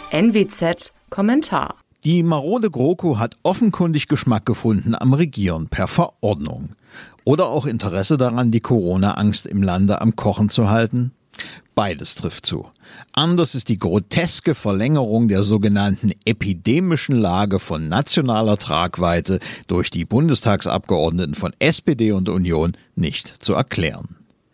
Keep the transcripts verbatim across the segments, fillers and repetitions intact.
N W Z Kommentar. Die marode GroKo hat offenkundig Geschmack gefunden am Regieren per Verordnung. Oder auch Interesse daran, die Corona-Angst im Lande am Kochen zu halten? Beides trifft zu. Anders ist die groteske Verlängerung der sogenannten epidemischen Lage von nationaler Tragweite durch die Bundestagsabgeordneten von S P D und Union nicht zu erklären.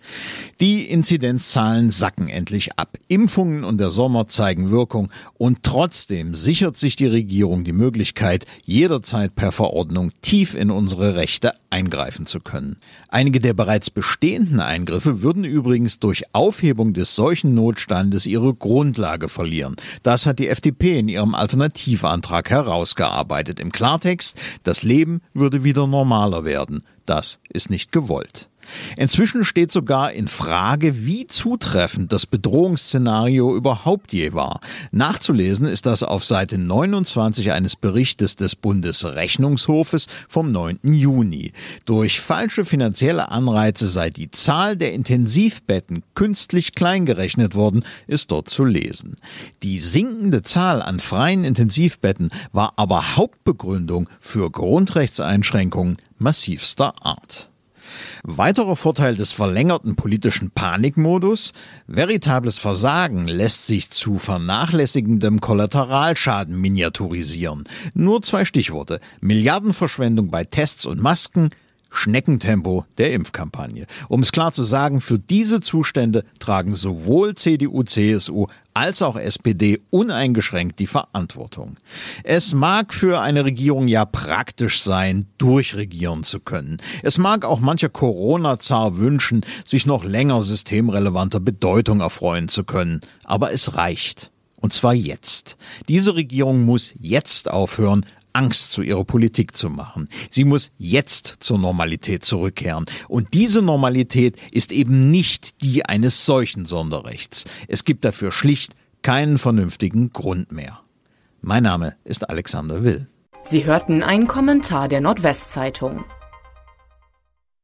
Die Inzidenzzahlen sacken endlich ab. Impfungen und der Sommer zeigen Wirkung und trotzdem sichert sich die Regierung die Möglichkeit, jederzeit per Verordnung tief in unsere Rechte eingreifen zu können. Einige der bereits bestehenden Eingriffe würden übrigens durch Aufhebung des Seuchennotstandes ihre Grundlage verlieren. Das hat die F D P in ihrem Alternativantrag herausgearbeitet. Im Klartext, das Leben würde wieder normaler werden. Das ist nicht gewollt. Inzwischen steht sogar in Frage, wie zutreffend das Bedrohungsszenario überhaupt je war. Nachzulesen ist das auf Seite neunundzwanzig eines Berichtes des Bundesrechnungshofes vom neunten Juni. Durch falsche finanzielle Anreize sei die Zahl der Intensivbetten künstlich klein gerechnet worden, ist dort zu lesen. Die sinkende Zahl an freien Intensivbetten war aber Hauptbegründung für Grundrechtseinschränkungen massivster Art. Weiterer Vorteil des verlängerten politischen Panikmodus: veritables Versagen lässt sich zu vernachlässigendem Kollateralschaden miniaturisieren. Nur zwei Stichworte: Milliardenverschwendung bei Tests und Masken, Schneckentempo der Impfkampagne. Um es klar zu sagen, für diese Zustände tragen sowohl C D U, C S U als auch S P D uneingeschränkt die Verantwortung. Es mag für eine Regierung ja praktisch sein, durchregieren zu können. Es mag auch mancher Corona-Zar wünschen, sich noch länger systemrelevanter Bedeutung erfreuen zu können. Aber es reicht. Und zwar jetzt. Diese Regierung muss jetzt aufhören, Angst zu ihrer Politik zu machen. Sie muss jetzt zur Normalität zurückkehren. Und diese Normalität ist eben nicht die eines solchen Sonderrechts. Es gibt dafür schlicht keinen vernünftigen Grund mehr. Mein Name ist Alexander Will. Sie hörten einen Kommentar der Nordwestzeitung.